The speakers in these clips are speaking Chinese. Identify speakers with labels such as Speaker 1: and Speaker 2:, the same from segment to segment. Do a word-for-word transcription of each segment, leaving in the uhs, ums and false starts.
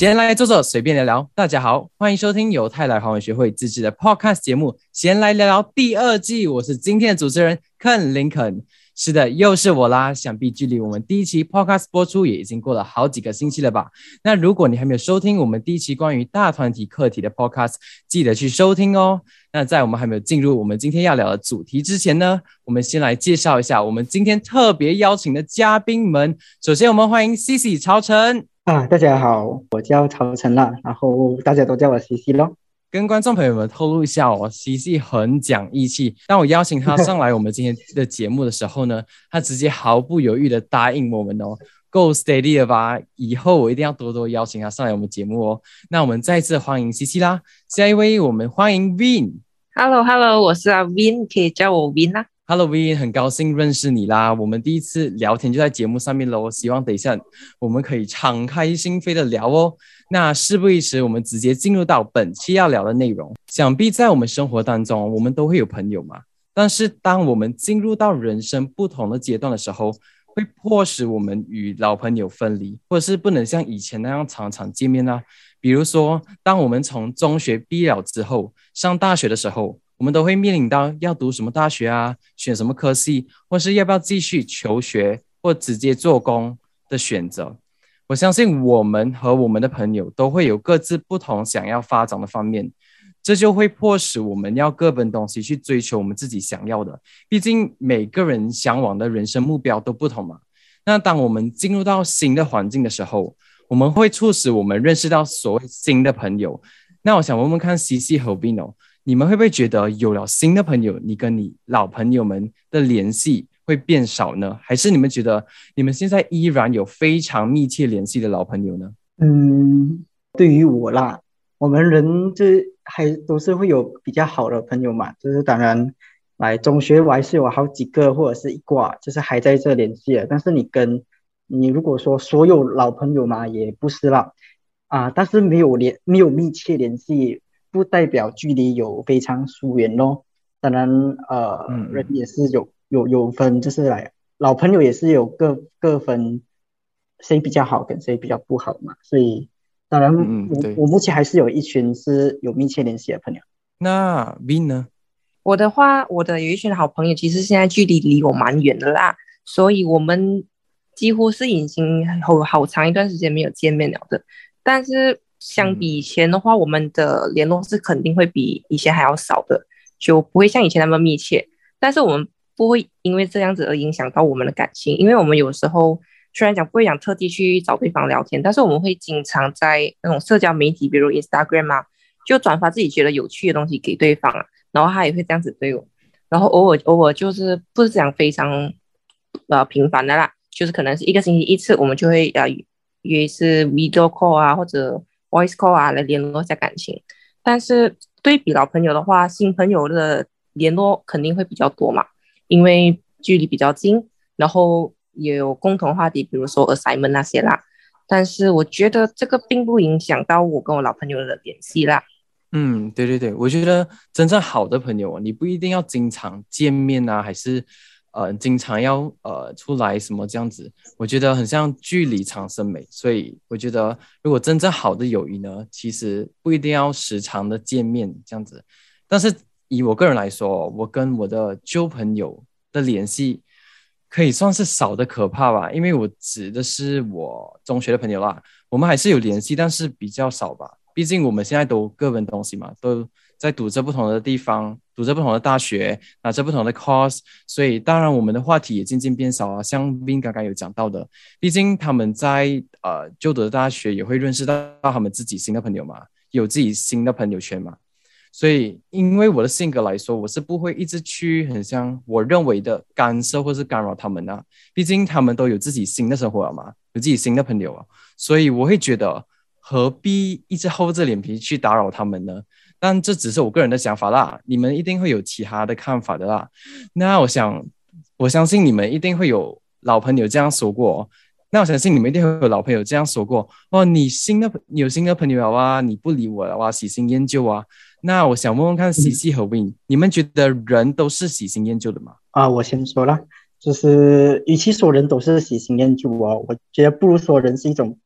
Speaker 1: 闲来坐坐，随便聊聊。大家好，欢迎收听由泰来华文学会自制的 Podcast 节目《闲来聊聊》第二季。我是今天的主持人 Ken 林肯。是的，又是我啦。想必距离我们第一期 Podcast 播出也已经过了好几个星期了吧？那如果你还没有收听我们第一期关于大团体课题的 Podcast， 记得去收听哦。那在我们还没有进入我们今天要聊的主题之前呢，我们先来介绍一下我们今天特别邀请的嘉宾们。首先我们欢迎 C C 曹晨。
Speaker 2: 啊，大家好，我叫曹晨啦，然后大家都叫我 C C 咯。
Speaker 1: 跟观众朋友们透露一下哦 ，C C 很讲义气。当我邀请他上来我们今天的节目的时候呢，他直接毫不犹豫的答应我们哦，够 steady 了吧？以后我一定要多多邀请他上来我们节目哦。那我们再次欢迎 C C 啦，下一位我们欢迎 Vin。
Speaker 3: Hello Hello， 我是阿 Vin， 可以叫我 Vin 啦。
Speaker 1: Hello Vin， 很高兴认识你啦。我们第一次聊天就在节目上面咯，希望等一下我们可以敞开心扉的聊哦。那事不宜迟，我们直接进入到本期要聊的内容。想必在我们生活当中，我们都会有朋友嘛。但是当我们进入到人生不同的阶段的时候，会迫使我们与老朋友分离，或者是不能像以前那样常常见面啊。比如说，当我们从中学毕业了之后，上大学的时候，我们都会面临到要读什么大学啊，选什么科系，或是要不要继续求学或直接做工的选择。我相信我们和我们的朋友都会有各自不同想要发展的方面，这就会迫使我们要各奔东西去追求我们自己想要的。毕竟每个人向往的人生目标都不同嘛。那当我们进入到新的环境的时候，我们会促使我们认识到所谓新的朋友。那我想问问看 C C 和 Vino，你们会不会觉得有了新的朋友，你跟你老朋友们的联系会变少呢？还是你们觉得你们现在依然有非常密切联系的老朋友呢？
Speaker 2: 嗯，对于我啦，我们人就还都是会有比较好的朋友嘛，就是当然来中学我还是有好几个或者是一挂，就是还在这联系的。但是你跟你如果说所有老朋友嘛，也不是啦啊，但是没有联没有密切联系，不代表距离有非常疏远咯。当然呃，
Speaker 1: 嗯嗯
Speaker 2: 人也是有有有分，就是来老朋友也是有各各分谁比较好跟谁比较不好嘛，所以当然我
Speaker 1: 嗯嗯对。
Speaker 2: 我目前还是有一群是有密切联系的朋友。
Speaker 1: 那 Vin 呢？
Speaker 3: 我的话，我的有一群好朋友，其实现在距离离我蛮远的啦，所以我们几乎是已经好好长一段时间没有见面了的。但是相比以前的话，我们的联络是肯定会比以前还要少的，就不会像以前那么密切。但是我们不会因为这样子而影响到我们的感情，因为我们有时候虽然讲不会讲特地去找对方聊天，但是我们会经常在那种社交媒体，比如 Instagram 啊，就转发自己觉得有趣的东西给对方啊，然后他也会这样子对我，然后偶尔偶尔就是不是讲非常呃频繁的啦，就是可能是一个星期一次，我们就会呃约一次 video call 啊或者 voice call 啊来联络一下感情。但是对比老朋友的话，新朋友的联络肯定会比较多嘛，因为距离比较近，然后也有共同话题，比如说 assignment 那些啦。但是我觉得这个并不影响到我跟我老朋友的联系啦。
Speaker 1: 嗯，对对对，我觉得真正好的朋友，你不一定要经常见面啊，还是呃经常要呃出来什么这样子。我觉得很像距离长生美，所以我觉得如果真正好的友谊呢，其实不一定要时常的见面这样子。但是以我个人来说，我跟我的旧朋友的联系可以算是少的可怕吧，因为我指的是我中学的朋友啦，我们还是有联系，但是比较少吧。毕竟我们现在都各奔东西嘛，都在读着不同的地方，读着不同的大学，拿着不同的 course， 所以当然我们的话题也渐渐变少啊。像 Vin 刚刚有讲到的，毕竟他们在呃就读的大学也会认识到他们自己新的朋友嘛，有自己新的朋友圈嘛。所以因为我的性格来说，我是不会一直去很像我认为的干涉或是干扰他们啊，毕竟他们都有自己新的生活了嘛，有自己新的朋友啊，所以我会觉得何必一直厚着脸皮去打扰他们呢？但这只是我个人的想法啦，你们一定会有其他的看法的啦。那我想我相信你们一定会有老朋友这样说过，那我相信你们一定会有老朋友这样说过哦，你新的你有新的朋友了啊，你不理我了啊，喜新厌旧啊。那我想问问看 C C 和 Win， 你们觉得人都是喜新厌旧的吗？
Speaker 2: 啊，我先说啦，就是与其说人都是喜新厌旧哦，我觉得不如说人是一种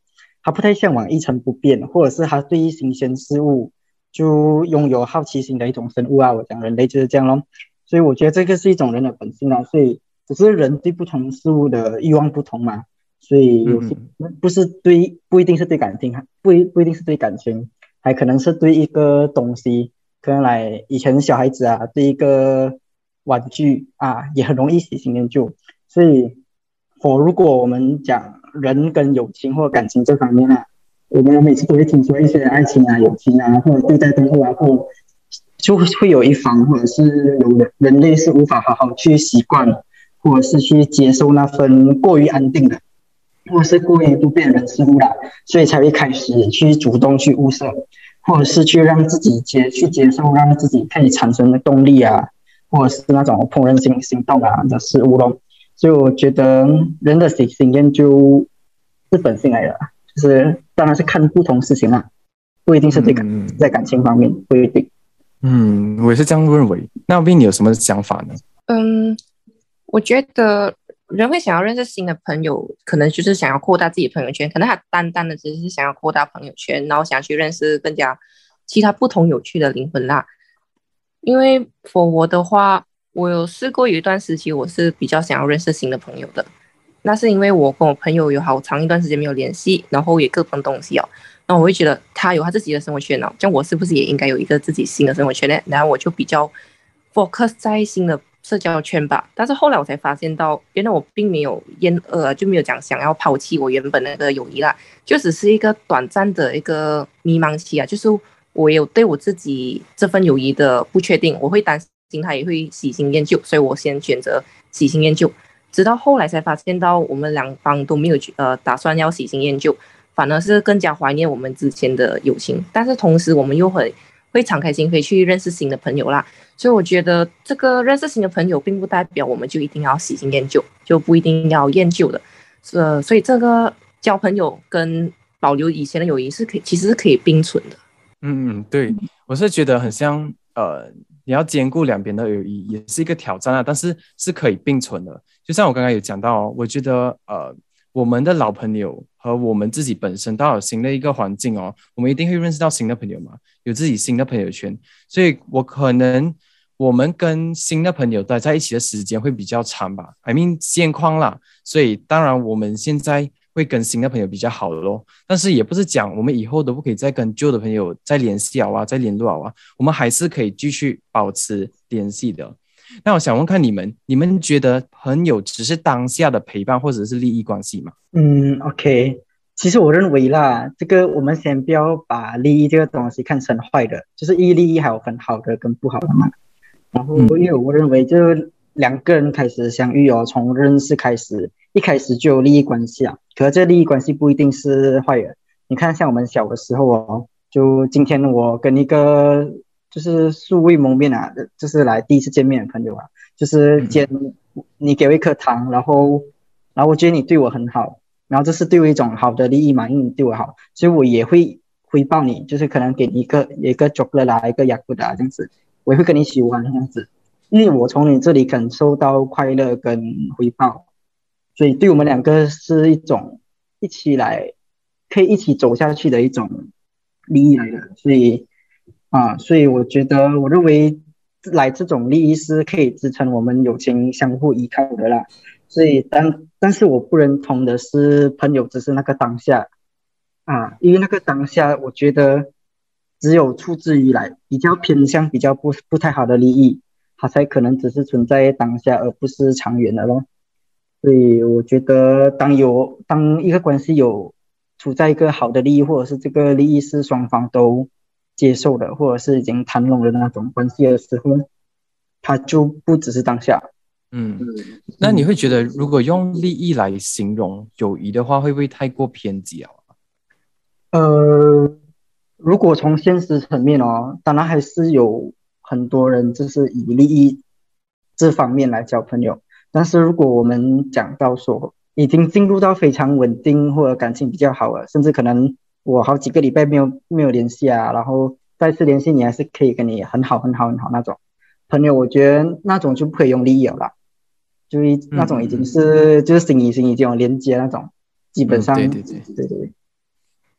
Speaker 2: 他不太向往一成不变，或者是他对于新鲜事物就拥有好奇心的一种生物啊。我讲人类就是这样咯，所以我觉得这个是一种人的本性啊。所以只是人对不同事物的欲望不同嘛，所以有些不是对，不一定是对感情，不一不一定是对感情，还可能是对一个东西，可能来以前小孩子啊，对一个玩具啊，也很容易喜新厌旧。所以我如果我们讲人跟友情或感情这方面啊，我们每次都会听说一些爱情啊、友情啊，或者对待动物啊，或就会有一方或者是有人人类是无法好好去习惯，或者是去接受那份过于安定的，或者是过于不变的人事物啦，所以才会开始去主动去物色，或者是去让自己接去接受，让自己可以产生的动力啊，或者是那种怦然心心动啊的事物咯。所以我觉得人的喜新厌旧是本性来的，就是当然是看不同事情啦，不一定是对感、嗯、在感情方面不一定。
Speaker 1: 嗯，我也是这样认为。那斌，你有什么想法呢？
Speaker 3: 嗯，我觉得人会想要认识新的朋友，可能就是想要扩大自己的朋友圈，可能他单单的只是想要扩大朋友圈，然后想去认识更加其他不同有趣的灵魂啦。因为 for 我的话，我有试过有一段时期我是比较想要认识新的朋友的，那是因为我跟我朋友有好长一段时间没有联系，然后也各奔东西哦，然后我会觉得他有他自己的生活圈哦，这样我是不是也应该有一个自己新的生活圈呢？然后我就比较 focus 在新的社交圈吧。但是后来我才发现到，原来我并没有厌恶，就没有讲想要抛弃我原本那个友谊啦，就只是一个短暂的一个迷茫期啊，就是我有对我自己这份友谊的不确定，我会担心他也会喜新厌旧，所以我先选择喜新厌旧。直到后来才发现到我们两方都没有呃打算要喜新厌旧，反而是更加怀念我们之前的友情，但是同时我们又会会敞开心扉去认识新的朋友啦。所以我觉得这个认识新的朋友并不代表我们就一定要喜新厌旧，就不一定要厌旧的。呃，所以这个交朋友跟保留以前的友谊是可以，其实是可以并存的。
Speaker 1: 嗯嗯，对，我是觉得很像呃，你要兼顾两边的友谊也是一个挑战啊，但是是可以并存的。就像我刚刚有讲到，我觉得呃，我们的老朋友和我们自己本身都有新的一个环境哦，我们一定会认识到新的朋友嘛，有自己新的朋友圈，所以我可能我们跟新的朋友待在一起的时间会比较长吧 I mean 现况啦，所以当然我们现在会跟新的朋友比较好的咯，但是也不是讲我们以后都不可以再跟旧的朋友再联系啊，再联络啊，我们还是可以继续保持联系的。那我想问看你们，你们觉得朋友只是当下的陪伴或者是利益关系吗？
Speaker 2: 嗯 OK， 其实我认为啦，这个我们先不要把利益这个东西看成坏的，就是一利益还有分好的跟不好的嘛。然后因为我认为就两个人开始相遇哦，从认识开始，一开始就有利益关系啊，可是这利益关系不一定是坏的。你看像我们小的时候哦，就今天我跟一个就是素未谋面啊，就是来第一次见面的朋友啊，就是见你给我一颗糖，然后然后我觉得你对我很好，然后这是对我一种好的利益嘛，因为你对我好，所以我也会回报你，就是可能给你一个一个 chocolate 啦，一个雅库达这样子，我也会跟你一起玩这样子，因为我从你这里感受到快乐跟回报，所以对我们两个是一种一起来可以一起走下去的一种利益来的，所以啊，所以我觉得我认为来这种利益是可以支撑我们友情相互依靠的啦。所以但但是我不认同的是朋友只是那个当下啊，因为那个当下我觉得只有出自于来比较偏向比较不不太好的利益，它才可能只是存在当下而不是长远的咯。所以我觉得当有当一个关系有处在一个好的利益，或者是这个利益是双方都接受的，或者是已经谈拢的那种关系的时候，它就不只是当下。
Speaker 1: 嗯，那你会觉得如果用利益来形容友谊的话，会不会太过偏激啊？
Speaker 2: 呃，如果从现实层面哦，当然还是有很多人就是以利益这方面来交朋友，但是如果我们讲到说已经进入到非常稳定或者感情比较好了，甚至可能我好几个礼拜没有没有联系啊，然后再次联系你还是可以跟你很好很好很好那种朋友，我觉得那种就不可以用利益了啦，就是那种已经是、嗯、就是心与心已经有连接那种，基本上、
Speaker 1: 嗯、对对对
Speaker 2: 对对对。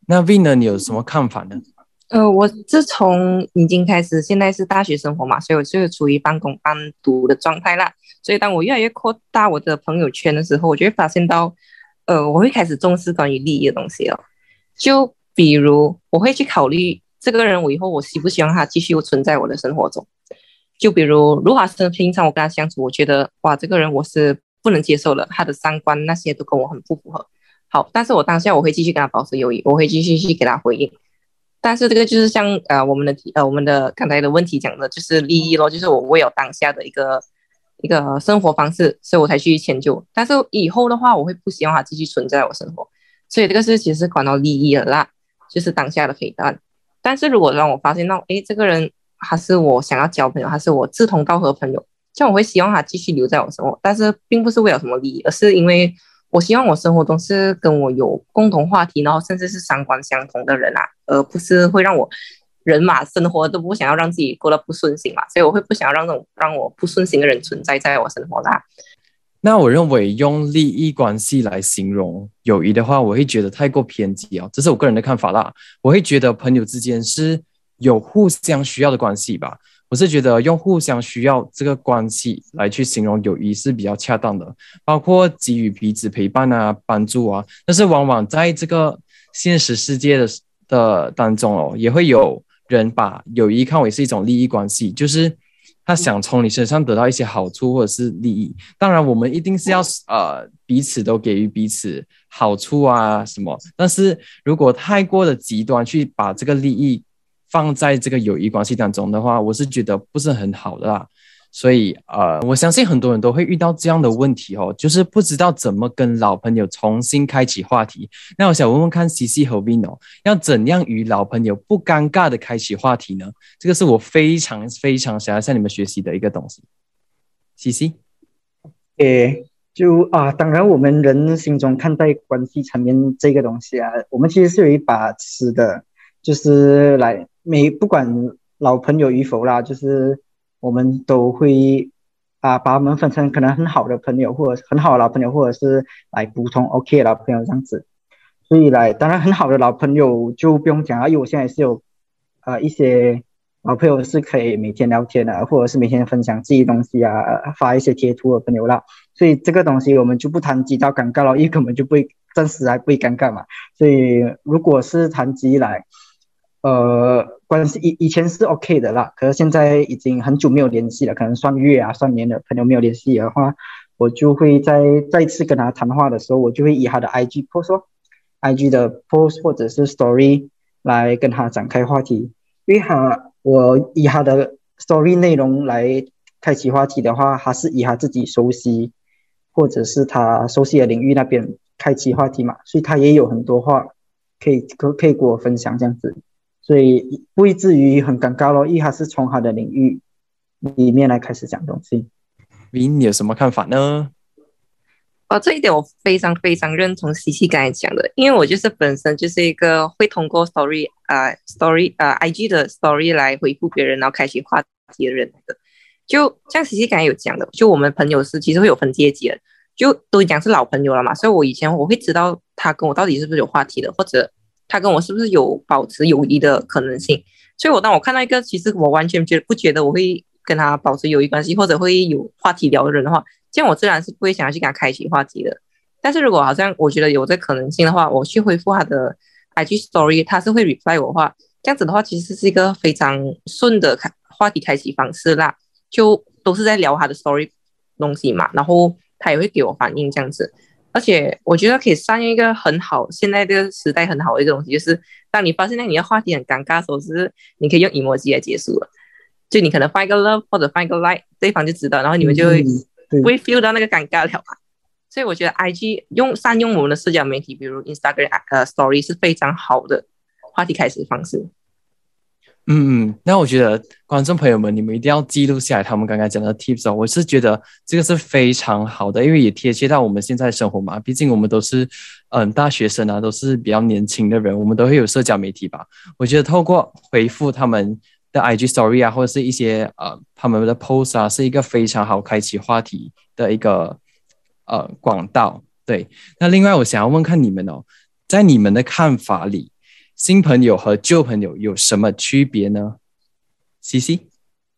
Speaker 1: 那 Vin 呢，你有什么看法呢？
Speaker 3: 呃，我自从已经开始，现在是大学生活嘛，所以我就是处于半工半读的状态啦。所以当我越来越扩大我的朋友圈的时候，我就会发现到，呃，我会开始重视关于利益的东西了。就比如，我会去考虑这个人，我以后我希不希望他继续存在我的生活中。就比如，如果他是平常我跟他相处，我觉得哇，这个人我是不能接受的，他的三观那些都跟我很不符合。好，但是我当下我会继续跟他保持友谊，我会继续去给他回应。但是这个就是像呃我们的呃我们的刚才的问题讲的，就是利益咯，就是我为了当下的一个一个生活方式，所以我才去迁就。但是以后的话，我会不希望它继续存在我生活，所以这个是其实是管到利益了啦，就是当下的陪伴。但是如果让我发现到，诶，这个人他是我想要交朋友，他是我志同道合的朋友，这样我会希望他继续留在我生活，但是并不是为了什么利益，而是因为我希望我生活中是跟我有共同话题，然后甚至是三观相同的人啊，而不是会让我人嘛生活都不想要让自己过得不顺心嘛，所以我会不想要让这种让我不顺心的人存在在我生活啦。
Speaker 1: 那我认为用利益关系来形容友谊的话，我会觉得太过偏激哦，这是我个人的看法啦。我会觉得朋友之间是有互相需要的关系吧。我是觉得用互相需要这个关系来去形容友谊是比较恰当的，包括给予彼此陪伴啊、帮助啊。但是往往在这个现实世界的的当中哦，也会有人把友谊看为是一种利益关系，就是他想从你身上得到一些好处或者是利益。当然，我们一定是要呃彼此都给予彼此好处啊什么。但是如果太过的极端去把这个利益放在这个友谊关系当中的话，我是觉得不是很好的啦。所以呃，我相信很多人都会遇到这样的问题哦，就是不知道怎么跟老朋友重新开启话题。那我想问问看 C C 和 Vin 要怎样与老朋友不尴尬的开启话题呢？这个是我非常非常想要向你们学习的一个东西。C C，
Speaker 2: 诶，就啊，当然我们人心中看待关系层面这个东西啊，我们其实是有一把尺的，就是来每不管老朋友与否啦，就是我们都会啊把我们分成可能很好的朋友，或者很好的老朋友，或者是来普通 OK 的老朋友这样子。所以来，当然很好的老朋友就不用讲啊，因为我现在是有呃一些老朋友是可以每天聊天的，或者是每天分享自己的东西啊，发一些贴图的朋友啦。所以这个东西我们就不谈及到尴尬了，因为根本就不会暂时还不会尴尬嘛。所以如果是谈及来呃，关系以以前是 OK 的啦，可是现在已经很久没有联系了，可能算月啊、算年的朋友没有联系的话，我就会在再次跟他谈话的时候，我就会以他的 I G post 哦 I G 的 post 或者是 story 来跟他展开话题，因为他我以他的 story 内容来开启话题的话，他是以他自己熟悉或者是他熟悉的领域那边开启话题嘛，所以他也有很多话可以可可以跟我分享这样子。所以不会至于很尴尬咯，因为他是从他的领域里面来开始讲东西。
Speaker 1: Vin，你有什么看法呢？
Speaker 3: 哦，这一点我非常非常认同西西刚才讲的，因为我就是本身就是一个会通过 story 啊、呃、story 啊、呃、I G 的 story 来回复别人，然后开启话题的人的。就像西西刚才有讲的，就我们朋友是其实会有分阶级的，就都讲是老朋友了嘛，所以我以前我会知道他跟我到底是不是有话题的，或者他跟我是不是有保持友谊的可能性。所以我当我看到一个其实我完全觉得不觉得我会跟他保持友谊关系或者会有话题聊的人的话，这样我自然是不会想要去跟他开启话题的。但是如果好像我觉得有这可能性的话，我去回复他的 I G story， 他是会 reply 我的话，这样子的话其实是一个非常顺的话题开启方式啦，就都是在聊他的 story 东西嘛，然后他也会给我反应这样子。而且我觉得可以善用一个很好，现在这个时代很好的一个东西，就是当你发现你的话题很尴尬的时候，是你可以用 emoji 来结束了。就你可能放一个 love 或者放一个 like， 对方就知道，然后你们就会、嗯、不会 feel 到那个尴尬了嘛。所以我觉得 I G 用善用我们的社交媒体，比如 Instagram、呃、Story 是非常好的话题开始方式。
Speaker 1: 嗯嗯，那我觉得观众朋友们，你们一定要记录下来他们刚才讲的 tips 哦。我是觉得这个是非常好的，因为也贴切到我们现在的生活嘛。毕竟我们都是嗯大学生啊，都是比较年轻的人，我们都会有社交媒体吧。我觉得透过回复他们的 I G story 啊，或者是一些呃他们的 post 啊，是一个非常好开启话题的一个呃管道。对，那另外我想要问看你们哦，在你们的看法里， 新朋友和旧朋友有什么区别呢 ？C C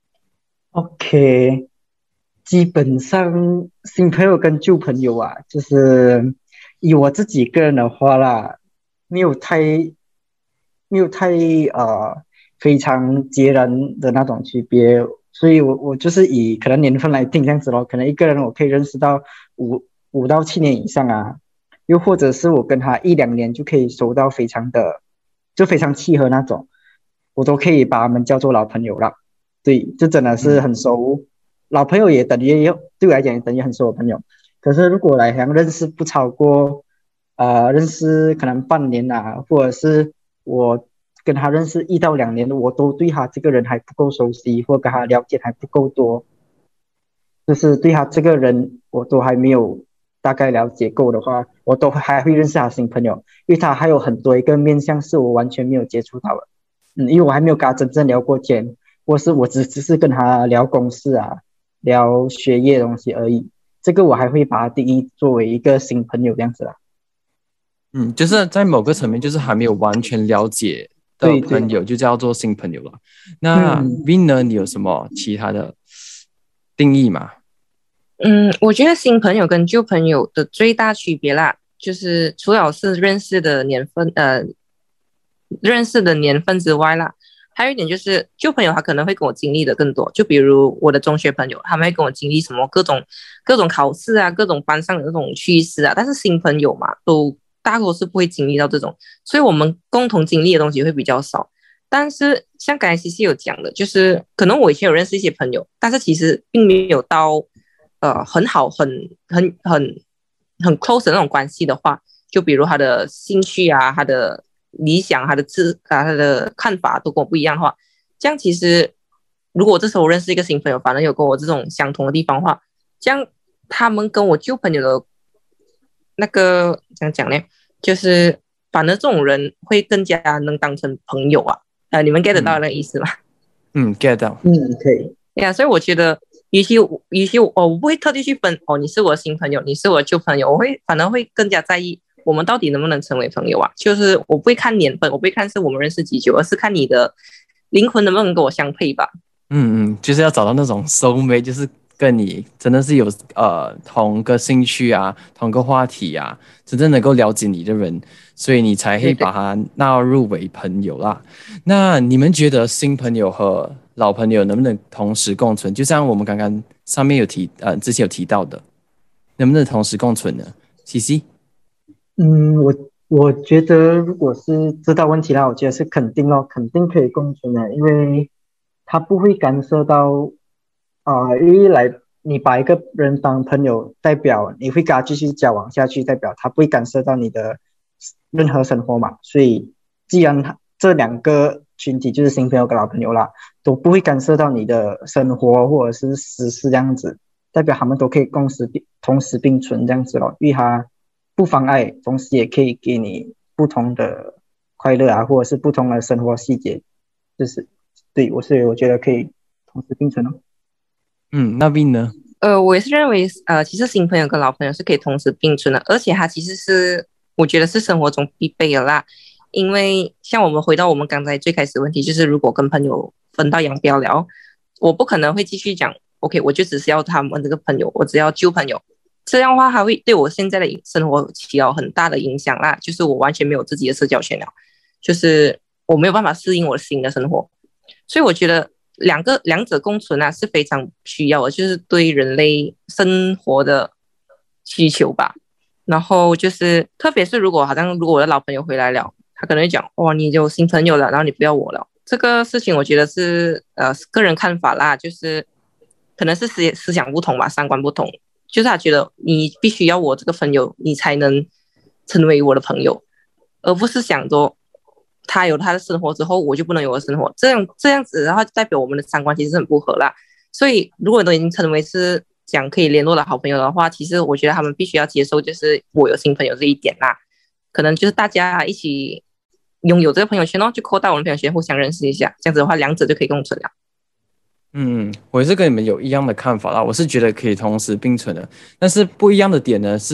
Speaker 2: OK，基本上新朋友跟旧朋友啊，就是以我自己个人的话啦，没有太没有太呃非常截然的那种区别，所以我我就是以可能年份来定这样子咯，可能一个人我可以认识到五五到七年以上啊，又或者是我跟他一两年就可以熟到非常的就非常契合那种，我都可以把他们叫做老朋友了。对，这真的是很熟，嗯、老朋友也等于对我来讲也等于很熟的朋友。可是如果来讲认识不超过呃认识可能半年啊，或者是我跟他认识一到两年，我都对他这个人还不够熟悉，或跟他了解还不够多，就是对他这个人我都还没有大概了解够的话，我都还会认识他新朋友，因为他还有很多一个面向是我完全没有接触到的，嗯，因为我还没有跟他真正聊过天，或是我只只是跟他聊公事啊，聊学业的东西而已，这个我还会把他定义作为一个新朋友这样子啦。
Speaker 1: 嗯，就是在某个层面，就是还没有完全了解的朋友，就叫做新朋友了。那 Vin 呢，你有什么其他的定义吗？
Speaker 3: 嗯，我觉得新朋友跟旧朋友的最大区别啦，就是除了是认识的年份，呃，认识的年份之外啦，还有一点就是旧朋友他可能会跟我经历的更多，就比如我的中学朋友，他们会跟我经历什么各种各种考试啊，各种班上的那种趋势啊，但是新朋友嘛，都大多是不会经历到这种，所以我们共同经历的东西会比较少。但是像刚才 C C 有讲的，就是可能我以前有认识一些朋友，但是其实并没有到呃很好、很很很很 close 的那种关系的话，就比如他的兴趣啊、他的理想、他的志啊、他的看法都跟我不一样的话，这样其实如果我这时候认识一个新朋友，反正有跟我这种相同的地方的话，这样他们跟我旧朋友的那个怎样讲呢？就是反而这种人会更加能当成朋友啊。呃，你们 get 得到那个意思吗？
Speaker 1: 嗯 ，get 到。
Speaker 2: 嗯，可以。
Speaker 3: 对呀，所以我觉得，与其与其我我不会特地去分哦，你是我的新朋友，你是我的旧朋友，我会反而会更加在意我们到底能不能成为朋友啊。就是我不会看年份，我不会看是我们认识几久，而是看你的灵魂能不能跟我相配吧。
Speaker 1: 嗯嗯，就是要找到那种 soul mate，就是跟你真的是有呃同个兴趣啊，同个话题啊，真正能够了解你的人，所以你才会把他纳入为朋友啦。对对，那你们觉得新朋友和老朋友能不能同时共存？就像我们刚刚上面有提呃之前有提到的，能不能同时共存呢 ？C C，
Speaker 2: 嗯，我我觉得如果是这道问题啦，我觉得是肯定咯，肯定可以共存的，因为他不会干涉到啊、呃，因为来你把一个人当朋友，代表你会跟他继续交往下去，代表他不会干涉到你的任何生活嘛。所以既然他这两个群体就是新朋友跟老朋友啦，都不会干涉到你的生活或者是私事这样子，代表他们都可以共时同时并存这样子咯，因为他不妨碍，同时也可以给你不同的快乐啊，或者是不同的生活细节，就是对我所以我觉得可以同时并存哦。
Speaker 1: 嗯，那 Vin 呢？
Speaker 3: 呃，我也是认为，呃，其实新朋友跟老朋友是可以同时并存的，而且它其实是我觉得是生活中必备的啦。因为像我们回到我们刚才最开始的问题，就是如果跟朋友分道扬镳了，我不可能会继续讲 ，OK， 我就只是要他们这个朋友，我只要旧朋友，这样的话还会对我现在的生活起到很大的影响啦。就是我完全没有自己的社交圈了，就是我没有办法适应我新的生活，所以我觉得。两个两者共存啊是非常需要的，就是对人类生活的需求吧。然后就是特别是如果好像如果我的老朋友回来了，他可能会讲哇你有新朋友了，然后你不要我了，这个事情我觉得是呃个人看法啦，就是可能是思思想不同吧，三观不同，就是他觉得你必须要我这个朋友你才能成为我的朋友，而不是想着他有他的生活之后，我就不能有我的生活，这样这样子，然后代表我们的三观其实是很不合啦。所以，如果都已经成为是讲可以联络的好朋友的话，其实我觉得他们必须要接受，就是我有新朋友这一点啦。可能就是大家一起拥有这个朋友圈哦，就扩大我们朋友圈，互相认识一下，这样子的话，两者就可以共存了。
Speaker 1: 嗯，我也是跟你们有一样的看法啦。我是觉得可以同时并存的，但是不一样的点呢，是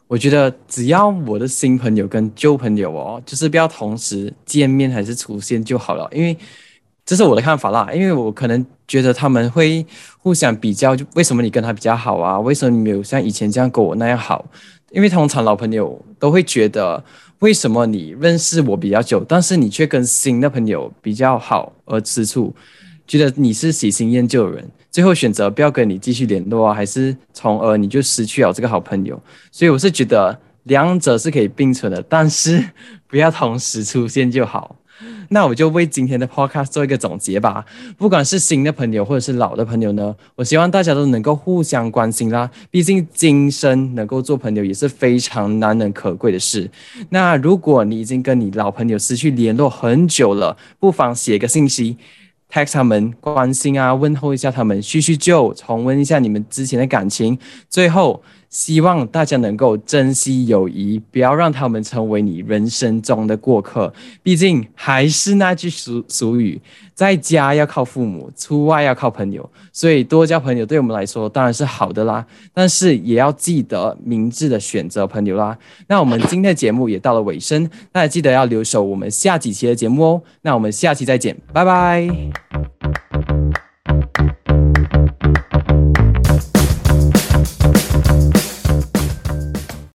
Speaker 1: 我觉得只要我的新朋友跟旧朋友哦，就是不要同时见面还是出现就好了，因为这是我的看法啦。因为我可能觉得他们会互相比较，就为什么你跟他比较好啊？为什么你没有像以前这样跟我那样好？因为通常老朋友都会觉得，为什么你认识我比较久，但是你却跟新的朋友比较好而吃醋，觉得你是喜新厌旧的人，最后选择不要跟你继续联络啊，还是从而你就失去了这个好朋友。所以我是觉得两者是可以并存的，但是不要同时出现就好。那我就为今天的 podcast 做一个总结吧。不管是新的朋友或者是老的朋友呢，我希望大家都能够互相关心啦。毕竟今生能够做朋友也是非常难能可贵的事。那如果你已经跟你老朋友失去联络很久了，不妨写个信息，text 他们，关心啊，问候一下他们，叙叙旧，重温一下你们之前的感情。最后，希望大家能够珍惜友谊，不要让他们成为你人生中的过客。毕竟还是那句俗俗语，在家要靠父母，出外要靠朋友。所以多交朋友对我们来说当然是好的啦，但是也要记得明智的选择朋友啦。那我们今天的节目也到了尾声，大家记得要留守我们下几期的节目哦。那我们下期再见，拜拜。